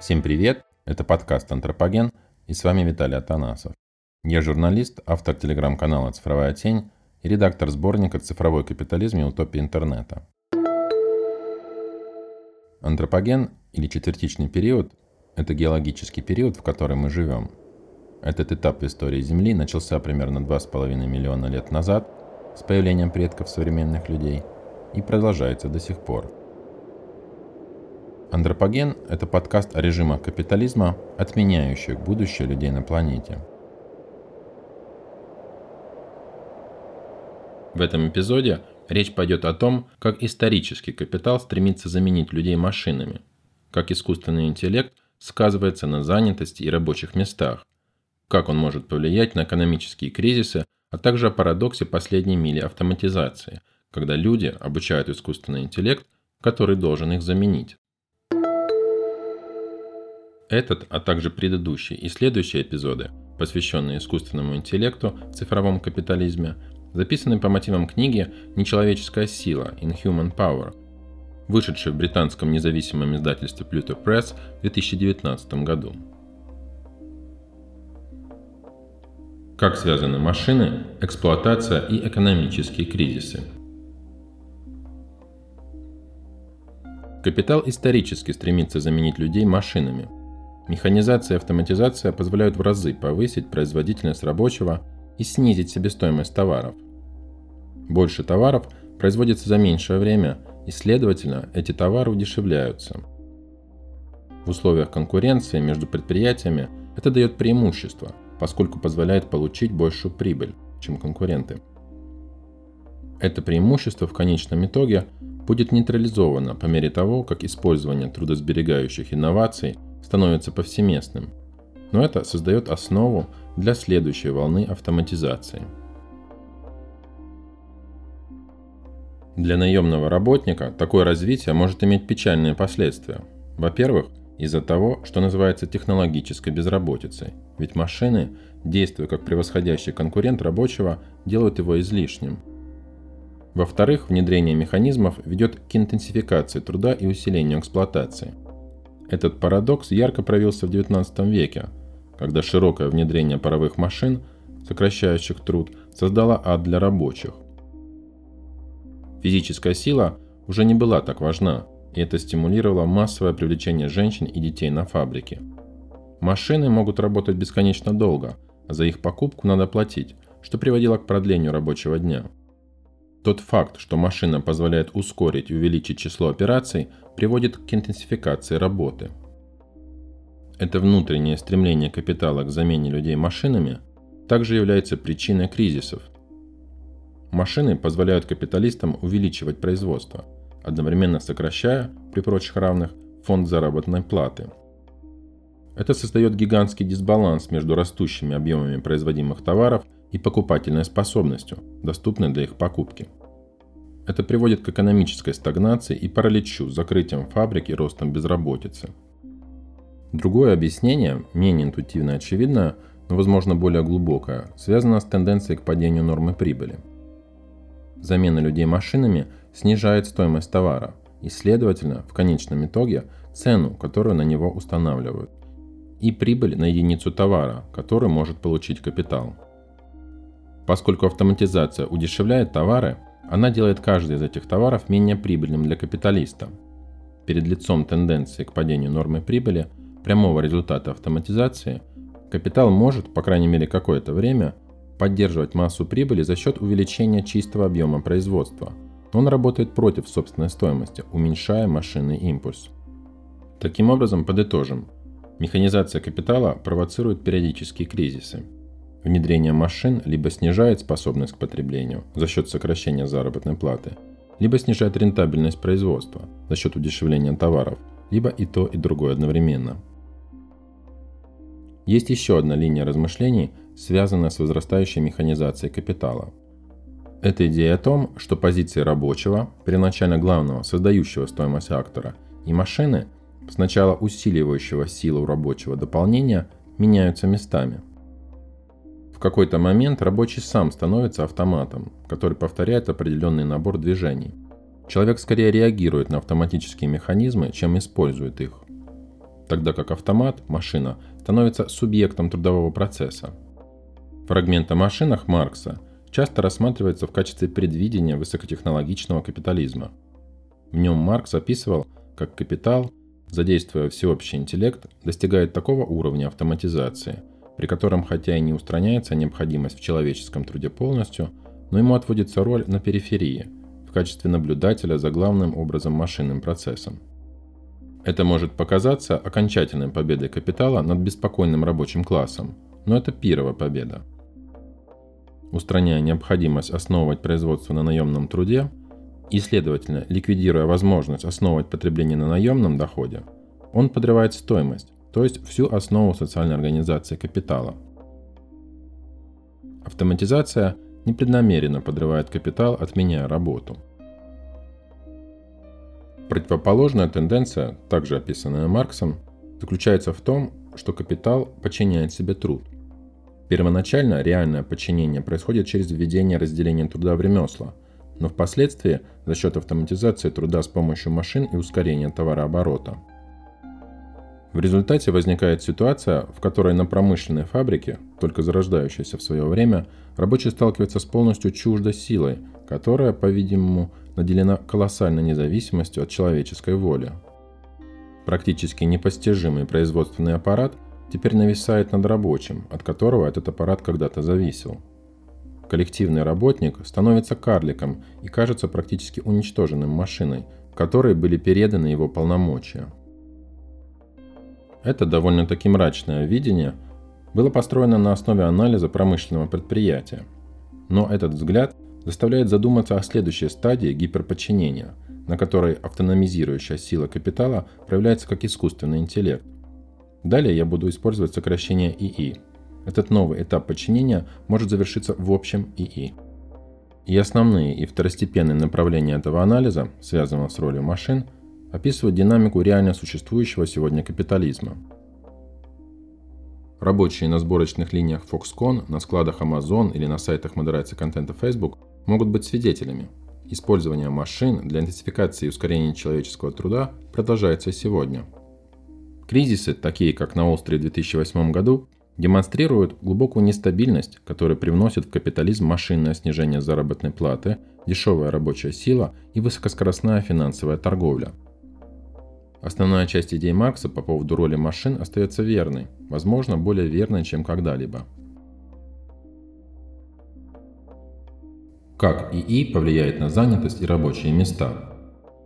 Всем привет! Это подкаст «Антропоген» и с вами Виталий Атанасов. Я журналист, автор телеграм-канала «Цифровая тень» и редактор сборника «Цифровой капитализм и утопия интернета». Антропоген или четвертичный период – это геологический период, в который мы живем. Этот этап в истории Земли начался примерно 2,5 миллиона лет назад с появлением предков современных людей и продолжается до сих пор. Антропоген – это подкаст о режимах капитализма, отменяющих будущее людей на планете. В этом эпизоде речь пойдет о том, как исторический капитал стремится заменить людей машинами, как искусственный интеллект сказывается на занятости и рабочих местах, как он может повлиять на экономические кризисы, а также о парадоксе последней мили автоматизации, когда люди обучают искусственный интеллект, который должен их заменить. Этот, а также предыдущий и следующие эпизоды, посвященные искусственному интеллекту в цифровом капитализме, записаны по мотивам книги «Нечеловеческая сила» Inhuman Power, вышедшей в британском независимом издательстве Pluto Press в 2019 году. Как связаны машины, эксплуатация и экономические кризисы? Капитал исторически стремится заменить людей машинами. Механизация и автоматизация позволяют в разы повысить производительность рабочего и снизить себестоимость товаров. Больше товаров производится за меньшее время, и, следовательно, эти товары удешевляются. В условиях конкуренции между предприятиями это дает преимущество, поскольку позволяет получить большую прибыль, чем конкуренты. Это преимущество в конечном итоге будет нейтрализовано по мере того, как использование трудосберегающих инноваций становится повсеместным, но это создает основу для следующей волны автоматизации. Для наемного работника такое развитие может иметь печальные последствия. Во-первых, из-за того, что называется технологической безработицей, ведь машины, действуя как превосходящий конкурент рабочего, делают его излишним. Во-вторых, внедрение механизмов ведет к интенсификации труда и усилению эксплуатации. Этот парадокс ярко проявился в XIX веке, когда широкое внедрение паровых машин, сокращающих труд, создало ад для рабочих. Физическая сила уже не была так важна, и это стимулировало массовое привлечение женщин и детей на фабрики. Машины могут работать бесконечно долго, а за их покупку надо платить, что приводило к продлению рабочего дня. Тот факт, что машина позволяет ускорить и увеличить число операций, приводит к интенсификации работы. Это внутреннее стремление капитала к замене людей машинами также является причиной кризисов. Машины позволяют капиталистам увеличивать производство, одновременно сокращая, при прочих равных, фонд заработной платы. Это создает гигантский дисбаланс между растущими объемами производимых товаров и покупательной способностью, доступной для их покупки. Это приводит к экономической стагнации и параличу с закрытием фабрик и ростом безработицы. Другое объяснение, менее интуитивно очевидное, но, возможно, более глубокое, связано с тенденцией к падению нормы прибыли. Замена людей машинами снижает стоимость товара и, следовательно, в конечном итоге, цену, которую на него устанавливают, и прибыль на единицу товара, который может получить капитал. Поскольку автоматизация удешевляет товары, она делает каждый из этих товаров менее прибыльным для капиталиста. Перед лицом тенденции к падению нормы прибыли, прямого результата автоматизации, капитал может, по крайней мере какое-то время, поддерживать массу прибыли за счет увеличения чистого объема производства. Но он работает против собственной стоимости, уменьшая машинный импульс. Таким образом, подытожим. Механизация капитала провоцирует периодические кризисы. Внедрение машин либо снижает способность к потреблению за счет сокращения заработной платы, либо снижает рентабельность производства за счет удешевления товаров, либо и то, и другое одновременно. Есть еще одна линия размышлений, связанная с возрастающей механизацией капитала. Это идея о том, что позиции рабочего, первоначально главного, создающего стоимость актора, и машины, сначала усиливающего силу рабочего дополнения, меняются местами. В какой-то момент рабочий сам становится автоматом, который повторяет определенный набор движений. Человек скорее реагирует на автоматические механизмы, чем использует их. тогда как автомат, машина, становится субъектом трудового процесса. Фрагмент о машинах Маркса часто рассматривается в качестве предвидения высокотехнологичного капитализма. В нем Маркс описывал, как капитал, задействуя всеобщий интеллект, достигает такого уровня автоматизации, при котором хотя и не устраняется необходимость в человеческом труде полностью, но ему отводится роль на периферии, в качестве наблюдателя за главным образом машинным процессом. Это может показаться окончательной победой капитала над беспокойным рабочим классом, но это пирова победа. Устраняя необходимость основывать производство на наемном труде и, следовательно, ликвидируя возможность основывать потребление на наемном доходе, он подрывает стоимость, то есть всю основу социальной организации капитала. Автоматизация непреднамеренно подрывает капитал, отменяя работу. Противоположная тенденция, также описанная Марксом, заключается в том, что капитал подчиняет себе труд. Первоначально реальное подчинение происходит через введение разделения труда в ремесла, но впоследствии за счет автоматизации труда с помощью машин и ускорения товарооборота. В результате возникает ситуация, в которой на промышленной фабрике, только зарождающейся в свое время, рабочий сталкивается с полностью чуждой силой, которая, по-видимому, наделена колоссальной независимостью от человеческой воли. Практически непостижимый производственный аппарат теперь нависает над рабочим, от которого этот аппарат когда-то зависел. Коллективный работник становится карликом и кажется практически уничтоженным машиной, которой были переданы его полномочия. Это довольно-таки мрачное видение было построено на основе анализа промышленного предприятия. Но этот взгляд заставляет задуматься о следующей стадии гиперподчинения, на которой автономизирующая сила капитала проявляется как искусственный интеллект. Далее я буду использовать сокращение ИИ. Этот новый этап подчинения может завершиться в общем ИИ. И основные и второстепенные направления этого анализа, связанного с ролью машин, описывают динамику реально существующего сегодня капитализма. Рабочие на сборочных линиях Foxconn, на складах Amazon или на сайтах модерации контента Facebook могут быть свидетелями. Использование машин для интенсификации и ускорения человеческого труда продолжается и сегодня. Кризисы, такие как на Уолл-стрит в 2008 году, демонстрируют глубокую нестабильность, которая привносит в капитализм машинное снижение заработной платы, дешевая рабочая сила и высокоскоростная финансовая торговля. Основная часть идей Маркса по поводу роли машин остается верной, возможно, более верной, чем когда-либо. Как ИИ повлияет на занятость и рабочие места?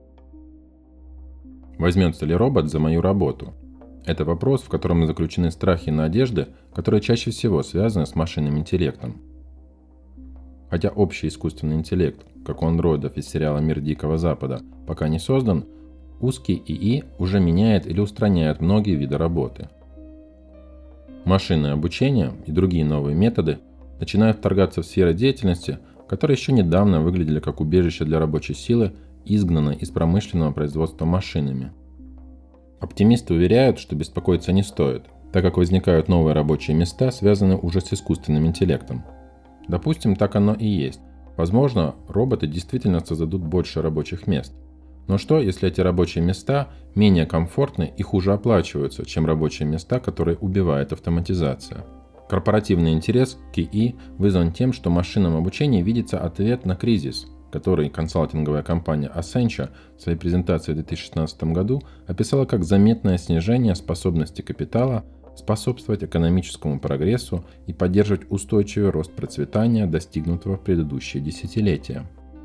Возьмется ли робот за мою работу? Это вопрос, в котором заключены страхи и надежды, которые чаще всего связаны с машинным интеллектом. Хотя общий искусственный интеллект, как у андроидов из сериала «Мир Дикого Запада», пока не создан, узкий ИИ уже меняет или устраняет многие виды работы. Машинное обучение и другие новые методы начинают вторгаться в сферы деятельности, которые еще недавно выглядели как убежище для рабочей силы, изгнанной из промышленного производства машинами. Оптимисты уверяют, что беспокоиться не стоит, так как возникают новые рабочие места, связанные уже с искусственным интеллектом. Допустим, так оно и есть. Возможно, роботы действительно создадут больше рабочих мест. Но что, если эти рабочие места менее комфортны и хуже оплачиваются, чем рабочие места, которые убивает автоматизация? Корпоративный интерес к ИИ вызван тем, что в машинном обучении видится ответ на кризис, который консалтинговая компания Accenture в своей презентации в 2016 году описала как заметное снижение способности капитала способствовать экономическому прогрессу и поддерживать устойчивый рост процветания, достигнутого в предыдущие десятилетия.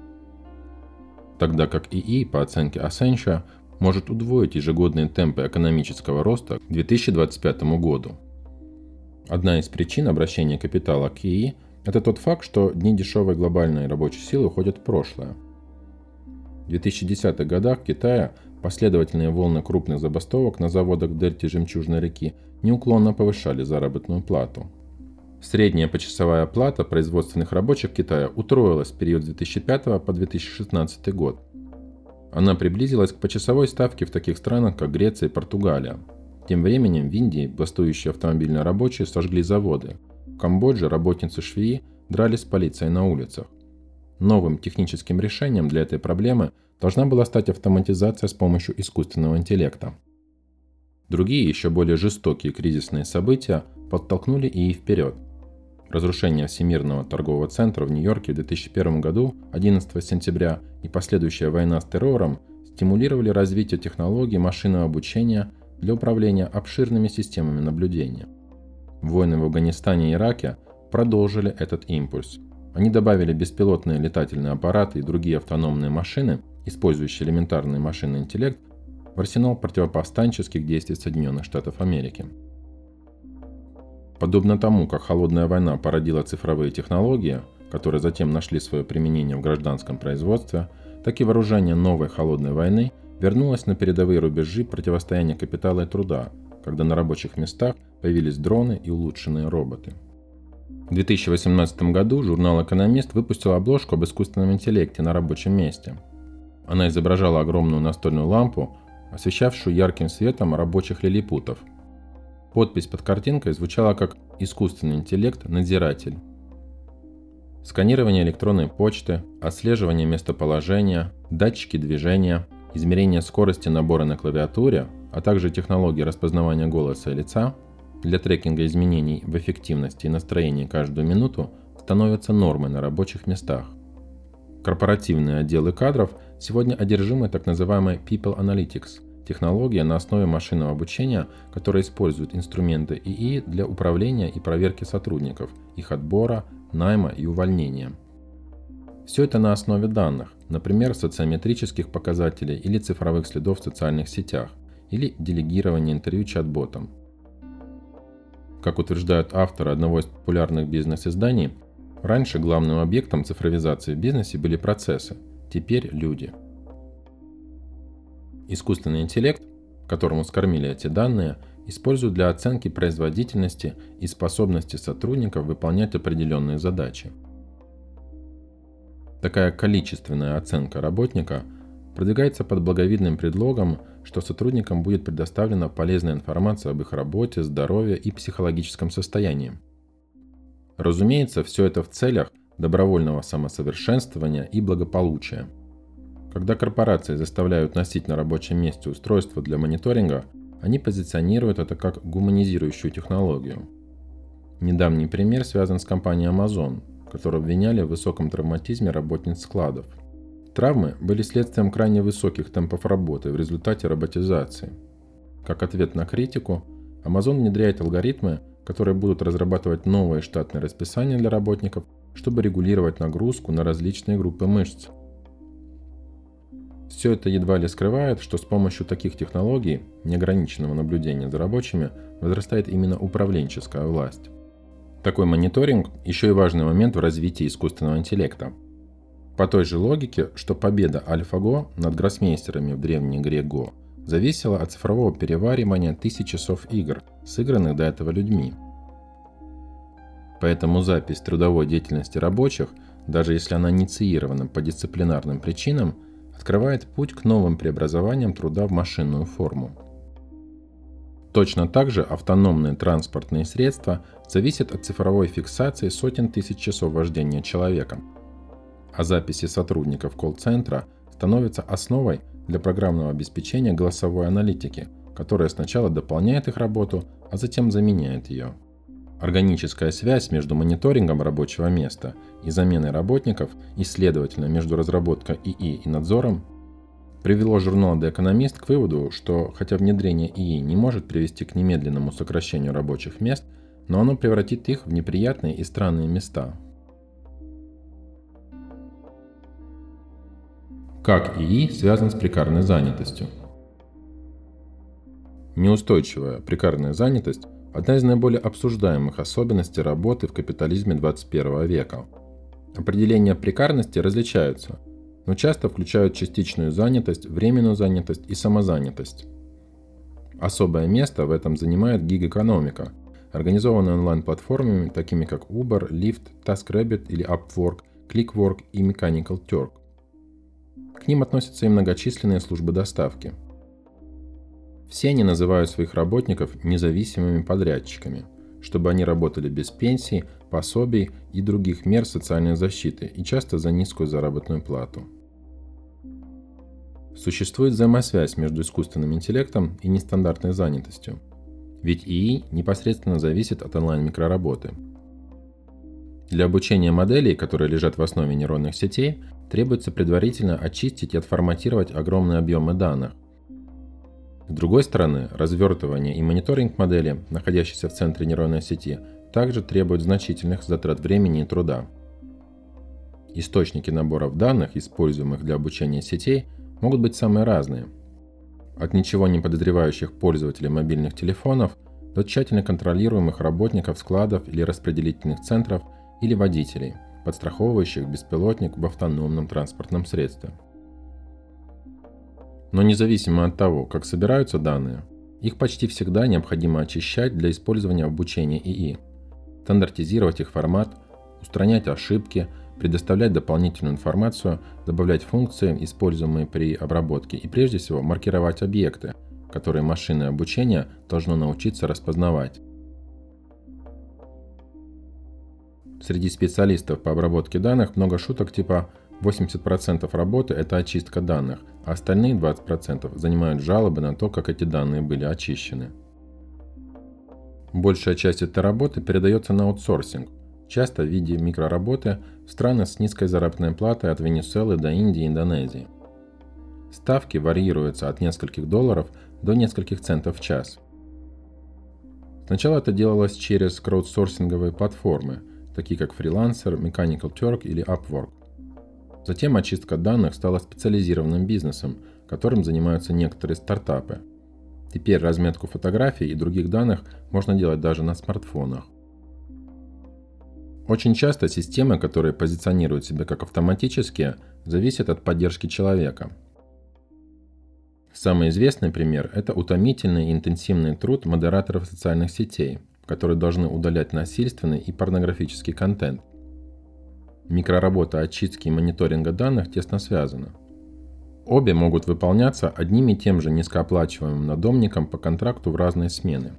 Тогда как ИИ, по оценке Accenture, может удвоить ежегодные темпы экономического роста к 2025 году. Одна из причин обращения капитала к ИИ – это тот факт, что дни дешевой глобальной рабочей силы уходят в прошлое. В 2010-х годах в Китае последовательные волны крупных забастовок на заводах в дельте Жемчужной реки неуклонно повышали заработную плату. Средняя почасовая плата производственных рабочих Китая утроилась в период с 2005 по 2016 год. Она приблизилась к почасовой ставке в таких странах, как Греция и Португалия. Тем временем в Индии бастующие автомобильные рабочие сожгли заводы. В Камбодже работницы швеи дрались с полицией на улицах. Новым техническим решением для этой проблемы должна была стать автоматизация с помощью искусственного интеллекта. Другие, еще более жестокие кризисные события подтолкнули ИИ вперед. Разрушение Всемирного торгового центра в Нью-Йорке в 2001 году, 11 сентября, и последующая война с террором стимулировали развитие технологий машинного обучения для управления обширными системами наблюдения. Войны в Афганистане и Ираке продолжили этот импульс. Они добавили беспилотные летательные аппараты и другие автономные машины, использующие элементарный машинный интеллект, в арсенал противоповстанческих действий Соединенных Штатов Америки. Подобно тому, как холодная война породила цифровые технологии, которые затем нашли свое применение в гражданском производстве, так и вооружение новой холодной войны вернулось на передовые рубежи противостояния капитала и труда, когда на рабочих местах появились дроны и улучшенные роботы. В 2018 году журнал «Экономист» выпустил обложку об искусственном интеллекте на рабочем месте. Она изображала огромную настольную лампу, освещавшую ярким светом рабочих лилипутов. Подпись под картинкой звучала как «Искусственный интеллект-надзиратель». Сканирование электронной почты, отслеживание местоположения, датчики движения, измерение скорости набора на клавиатуре, а также технологии распознавания голоса и лица для трекинга изменений в эффективности и настроении каждую минуту становятся нормой на рабочих местах. Корпоративные отделы кадров сегодня одержимы так называемой People Analytics – технология на основе машинного обучения, которая использует инструменты ИИ для управления и проверки сотрудников, их отбора, найма и увольнения. Все это на основе данных, например, социометрических показателей или цифровых следов в социальных сетях, или делегирования интервью чат-ботам. Как утверждают авторы одного из популярных бизнес-изданий, раньше главным объектом цифровизации в бизнесе были процессы, теперь люди. Искусственный интеллект, которому скормили эти данные, используют для оценки производительности и способности сотрудников выполнять определенные задачи. Такая количественная оценка работника продвигается под благовидным предлогом, что сотрудникам будет предоставлена полезная информация об их работе, здоровье и психологическом состоянии. Разумеется, все это в целях добровольного самосовершенствования и благополучия. Когда корпорации заставляют носить на рабочем месте устройства для мониторинга, они позиционируют это как гуманизирующую технологию. Недавний пример связан с компанией Amazon, которую обвиняли в высоком травматизме работниц складов. Травмы были следствием крайне высоких темпов работы в результате роботизации. Как ответ на критику, Amazon внедряет алгоритмы, которые будут разрабатывать новые штатные расписания для работников, чтобы регулировать нагрузку на различные группы мышц. Все это едва ли скрывает, что с помощью таких технологий, неограниченного наблюдения за рабочими, возрастает именно управленческая власть. Такой мониторинг – еще и важный момент в развитии искусственного интеллекта. По той же логике, что победа AlphaGo над гроссмейстерами в древней игре Go зависела от цифрового переваривания тысяч часов игр, сыгранных до этого людьми. Поэтому запись трудовой деятельности рабочих, даже если она инициирована по дисциплинарным причинам, открывает путь к новым преобразованиям труда в машинную форму. Точно так же автономные транспортные средства зависят от цифровой фиксации сотен тысяч часов вождения человеком, а записи сотрудников колл-центра становятся основой для программного обеспечения голосовой аналитики, которая сначала дополняет их работу, а затем заменяет ее. Органическая связь между мониторингом рабочего места и заменой работников и, следовательно, между разработкой ИИ и надзором привело журнал The Economist к выводу, что хотя внедрение ИИ не может привести к немедленному сокращению рабочих мест, но оно превратит их в неприятные и странные места. Как ИИ связан с прекарной занятостью? Неустойчивая прекарная занятость – одна из наиболее обсуждаемых особенностей работы в капитализме 21 века. Определения прекарности различаются, но часто включают частичную занятость, временную занятость и самозанятость. Особое место в этом занимает гиг-экономика, организованная онлайн-платформами, такими как Uber, Lyft, TaskRabbit или Upwork, Clickwork и Mechanical Turk. К ним относятся и многочисленные службы доставки. Все они называют своих работников независимыми подрядчиками, чтобы они работали без пенсий, пособий и других мер социальной защиты и часто за низкую заработную плату. Существует взаимосвязь между искусственным интеллектом и нестандартной занятостью. Ведь ИИ непосредственно зависит от онлайн-микроработы. Для обучения моделей, которые лежат в основе нейронных сетей, требуется предварительно очистить и отформатировать огромные объемы данных. С другой стороны, развертывание и мониторинг модели, находящейся в центре нейронной сети, также требуют значительных затрат времени и труда. Источники наборов данных, используемых для обучения сетей, могут быть самые разные. От ничего не подозревающих пользователей мобильных телефонов до тщательно контролируемых работников складов или распределительных центров или водителей, подстраховывающих беспилотник в автономном транспортном средстве. Но независимо от того, как собираются данные, их почти всегда необходимо очищать для использования в обучении ИИ, стандартизировать их формат, устранять ошибки, предоставлять дополнительную информацию, добавлять функции, используемые при обработке, и прежде всего маркировать объекты, которые машинное обучение должно научиться распознавать. Среди специалистов по обработке данных много шуток типа 80% работы – это очистка данных, а остальные 20% занимают жалобы на то, как эти данные были очищены. Большая часть этой работы передается на аутсорсинг, часто в виде микроработы в страны с низкой заработной платой от Венесуэлы до Индии и Индонезии. Ставки варьируются от нескольких долларов до нескольких центов в час. Сначала это делалось через краудсорсинговые платформы, такие как Freelancer, Mechanical Turk или Upwork. Затем очистка данных стала специализированным бизнесом, которым занимаются некоторые стартапы. Теперь разметку фотографий и других данных можно делать даже на смартфонах. Очень часто системы, которые позиционируют себя как автоматические, зависят от поддержки человека. Самый известный пример – это утомительный и интенсивный труд модераторов социальных сетей, которые должны удалять насильственный и порнографический контент. Микроработа очистки и мониторинга данных тесно связаны. Обе могут выполняться одним и тем же низкооплачиваемым надомником по контракту в разные смены.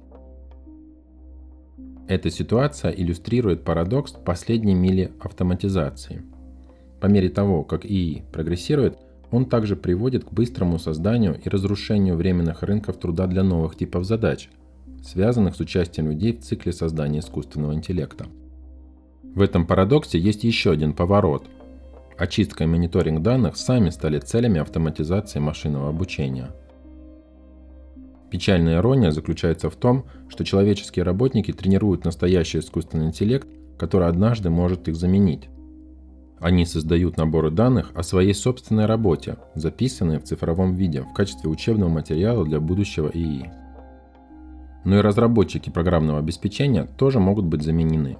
Эта ситуация иллюстрирует парадокс последней мили автоматизации. По мере того, как ИИ прогрессирует, он также приводит к быстрому созданию и разрушению временных рынков труда для новых типов задач, связанных с участием людей в цикле создания искусственного интеллекта. В этом парадоксе есть еще один поворот. Очистка и мониторинг данных сами стали целями автоматизации машинного обучения. Печальная ирония заключается в том, что человеческие работники тренируют настоящий искусственный интеллект, который однажды может их заменить. Они создают наборы данных о своей собственной работе, записанные в цифровом виде в качестве учебного материала для будущего ИИ. Но и разработчики программного обеспечения тоже могут быть заменены.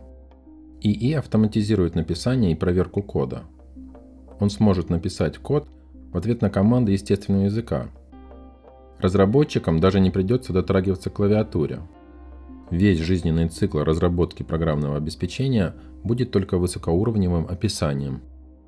ИИ автоматизирует написание и проверку кода. Он сможет написать код в ответ на команды естественного языка. Разработчикам даже не придется дотрагиваться к клавиатуре. Весь жизненный цикл разработки программного обеспечения будет только высокоуровневым описанием.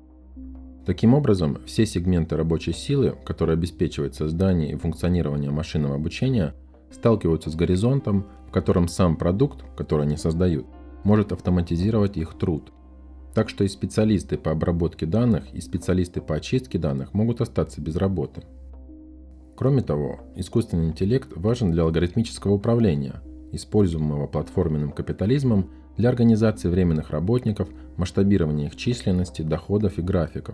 Таким образом, все сегменты рабочей силы, которые обеспечивают создание и функционирование машинного обучения, сталкиваются с горизонтом, в котором сам продукт, который они создают, может автоматизировать их труд. Так что и специалисты по обработке данных, и специалисты по очистке данных могут остаться без работы. Кроме того, искусственный интеллект важен для алгоритмического управления, используемого платформенным капитализмом для организации временных работников, масштабирования их численности, доходов и графиков.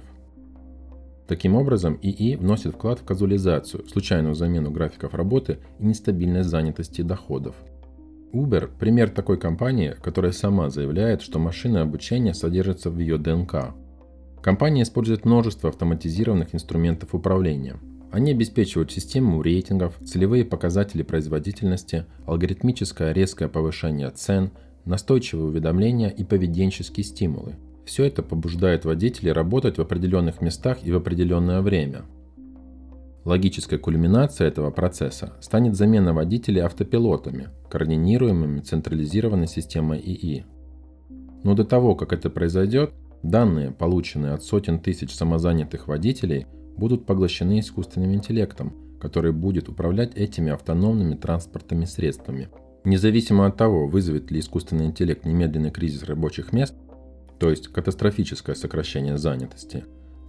Таким образом, ИИ вносит вклад в казуализацию, случайную замену графиков работы и нестабильность занятости и доходов. Uber – пример такой компании, которая сама заявляет, что машинное обучение содержится в ее ДНК. Компания использует множество автоматизированных инструментов управления. Они обеспечивают систему рейтингов, целевые показатели производительности, алгоритмическое резкое повышение цен, настойчивые уведомления и поведенческие стимулы. Все это побуждает водителей работать в определенных местах и в определенное время. Логической кульминацией этого процесса станет замена водителей автопилотами, координируемыми централизированной системой ИИ. Но до того, как это произойдет, данные, полученные от сотен тысяч самозанятых водителей, будут поглощены искусственным интеллектом, который будет управлять этими автономными транспортными средствами. Независимо от того, вызовет ли искусственный интеллект немедленный кризис рабочих мест, то есть катастрофическое сокращение занятости,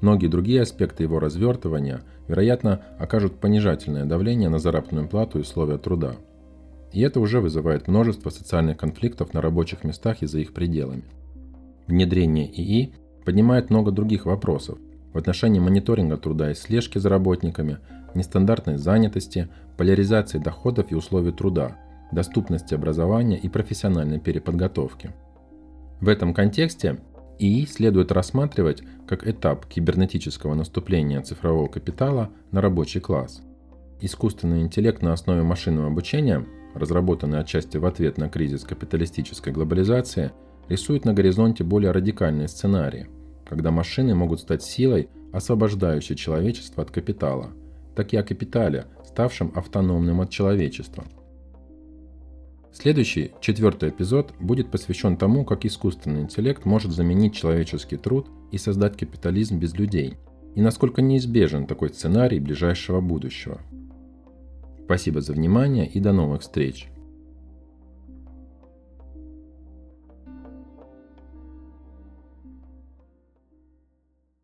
Многие другие аспекты его развертывания, вероятно, окажут понижательное давление на заработную плату и условия труда. И это уже вызывает множество социальных конфликтов на рабочих местах и за их пределами. Внедрение ИИ поднимает много других вопросов в отношении мониторинга труда и слежки за работниками, нестандартной занятости, поляризации доходов и условий труда, доступности образования и профессиональной переподготовки. В этом контексте ИИ следует рассматривать как этап кибернетического наступления цифрового капитала на рабочий класс. Искусственный интеллект на основе машинного обучения, разработанный отчасти в ответ на кризис капиталистической глобализации, рисует на горизонте более радикальные сценарии, когда машины могут стать силой, освобождающей человечество от капитала, так и о капитале, ставшем автономным от человечества. Следующий, 4-й эпизод будет посвящен тому, как искусственный интеллект может заменить человеческий труд и создать капитализм без людей, и насколько неизбежен такой сценарий ближайшего будущего. Спасибо за внимание и до новых встреч!